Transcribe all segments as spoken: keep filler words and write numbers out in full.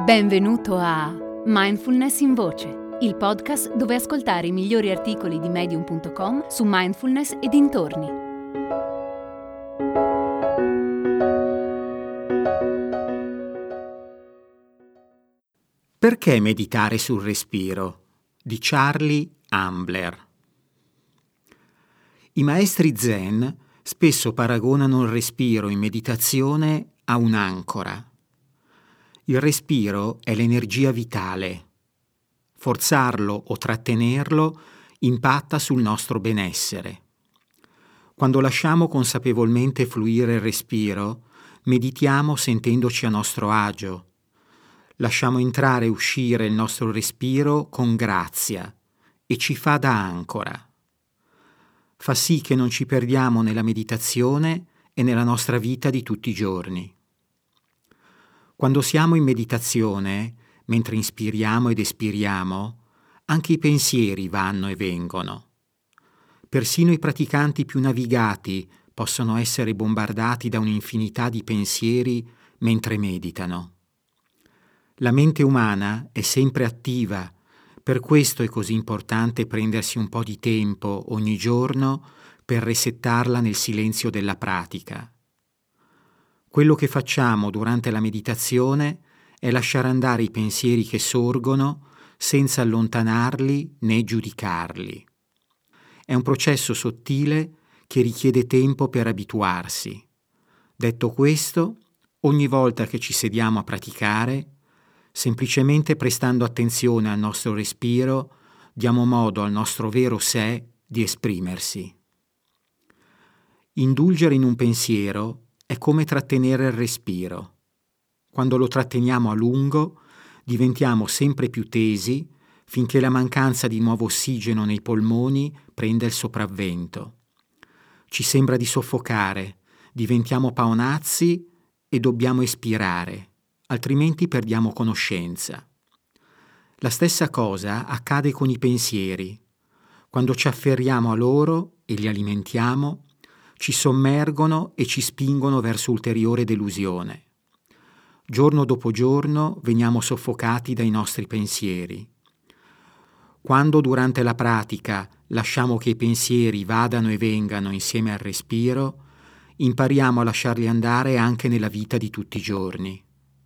Benvenuto a Mindfulness in Voce, il podcast dove ascoltare i migliori articoli di medium punto com su mindfulness e dintorni. Perché meditare sul respiro? Di Charlie Ambler. I maestri zen spesso paragonano il respiro in meditazione a un'ancora. Il respiro è l'energia vitale. Forzarlo o trattenerlo impatta sul nostro benessere. Quando lasciamo consapevolmente fluire il respiro, meditiamo sentendoci a nostro agio. Lasciamo entrare e uscire il nostro respiro con grazia e ci fa da ancora. Fa sì che non ci perdiamo nella meditazione e nella nostra vita di tutti i giorni. Quando siamo in meditazione, mentre inspiriamo ed espiriamo, anche i pensieri vanno e vengono. Persino i praticanti più navigati possono essere bombardati da un'infinità di pensieri mentre meditano. La mente umana è sempre attiva, per questo è così importante prendersi un po' di tempo ogni giorno per resettarla nel silenzio della pratica. Quello che facciamo durante la meditazione è lasciare andare i pensieri che sorgono senza allontanarli né giudicarli. È un processo sottile che richiede tempo per abituarsi. Detto questo, ogni volta che ci sediamo a praticare, semplicemente prestando attenzione al nostro respiro, diamo modo al nostro vero sé di esprimersi. Indulgere in un pensiero è come trattenere il respiro. Quando lo tratteniamo a lungo, diventiamo sempre più tesi finché la mancanza di nuovo ossigeno nei polmoni prende il sopravvento. Ci sembra di soffocare, diventiamo paonazzi e dobbiamo espirare, altrimenti perdiamo conoscenza. La stessa cosa accade con i pensieri. Quando ci afferriamo a loro e li alimentiamo, ci sommergono e ci spingono verso ulteriore delusione. Giorno dopo giorno veniamo soffocati dai nostri pensieri. Quando durante la pratica lasciamo che i pensieri vadano e vengano insieme al respiro, impariamo a lasciarli andare anche nella vita di tutti i giorni.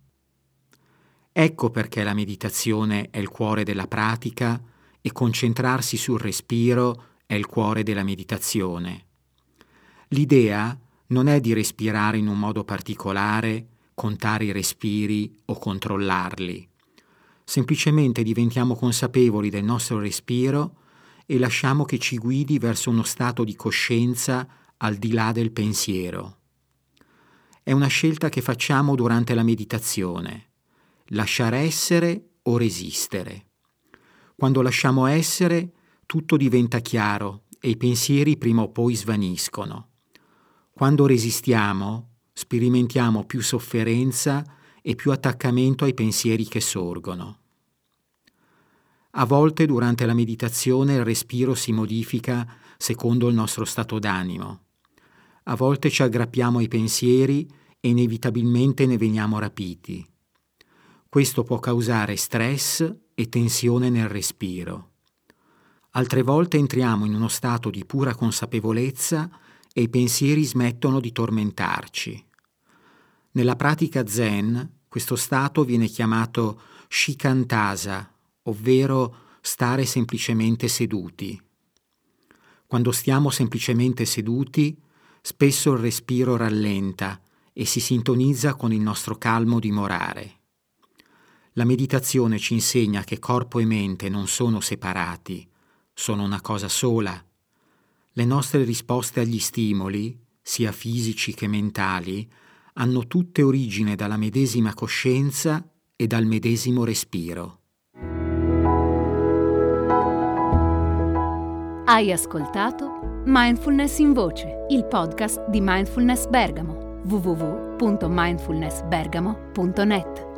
Ecco perché la meditazione è il cuore della pratica e concentrarsi sul respiro è il cuore della meditazione. L'idea non è di respirare in un modo particolare, contare i respiri o controllarli. Semplicemente diventiamo consapevoli del nostro respiro e lasciamo che ci guidi verso uno stato di coscienza al di là del pensiero. È una scelta che facciamo durante la meditazione. Lasciare essere o resistere. Quando lasciamo essere, tutto diventa chiaro e i pensieri prima o poi svaniscono. Quando resistiamo, sperimentiamo più sofferenza e più attaccamento ai pensieri che sorgono. A volte durante la meditazione il respiro si modifica secondo il nostro stato d'animo. A volte ci aggrappiamo ai pensieri e inevitabilmente ne veniamo rapiti. Questo può causare stress e tensione nel respiro. Altre volte entriamo in uno stato di pura consapevolezza e i pensieri smettono di tormentarci. Nella pratica zen, questo stato viene chiamato shikantasa, ovvero stare semplicemente seduti. Quando stiamo semplicemente seduti, spesso il respiro rallenta e si sintonizza con il nostro calmo dimorare. La meditazione ci insegna che corpo e mente non sono separati, sono una cosa sola. Le nostre risposte agli stimoli, sia fisici che mentali, hanno tutte origine dalla medesima coscienza e dal medesimo respiro. Hai ascoltato Mindfulness in Voce, il podcast di Mindfulness Bergamo, w w w punto mindfulness bergamo punto net.